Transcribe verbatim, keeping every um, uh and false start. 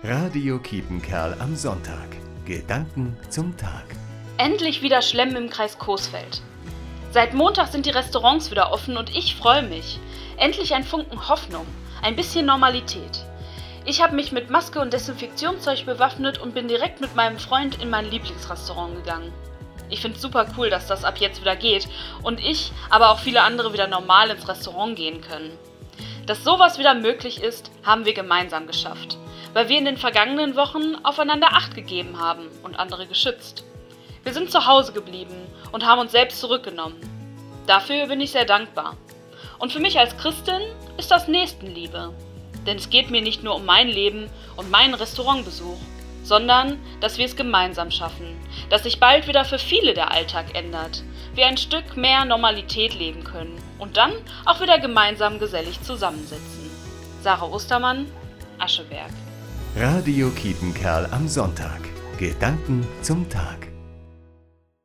Radio Kiepenkerl am Sonntag. Gedanken zum Tag. Endlich wieder Schlemmen im Kreis Coesfeld. Seit Montag sind die Restaurants wieder offen und ich freue mich. Endlich ein Funken Hoffnung, ein bisschen Normalität. Ich habe mich mit Maske und Desinfektionszeug bewaffnet und bin direkt mit meinem Freund in mein Lieblingsrestaurant gegangen. Ich finde es super cool, dass das ab jetzt wieder geht und ich, aber auch viele andere wieder normal ins Restaurant gehen können. Dass sowas wieder möglich ist, haben wir gemeinsam geschafft, weil wir in den vergangenen Wochen aufeinander Acht gegeben haben und andere geschützt. Wir sind zu Hause geblieben und haben uns selbst zurückgenommen. Dafür bin ich sehr dankbar. Und für mich als Christin ist das Nächstenliebe. Denn es geht mir nicht nur um mein Leben und meinen Restaurantbesuch, sondern dass wir es gemeinsam schaffen, dass sich bald wieder für viele der Alltag ändert, wir ein Stück mehr Normalität leben können und dann auch wieder gemeinsam gesellig zusammensitzen. Sarah Ostermann, Ascheberg. Radio Kiepenkerl am Sonntag. Gedanken zum Tag.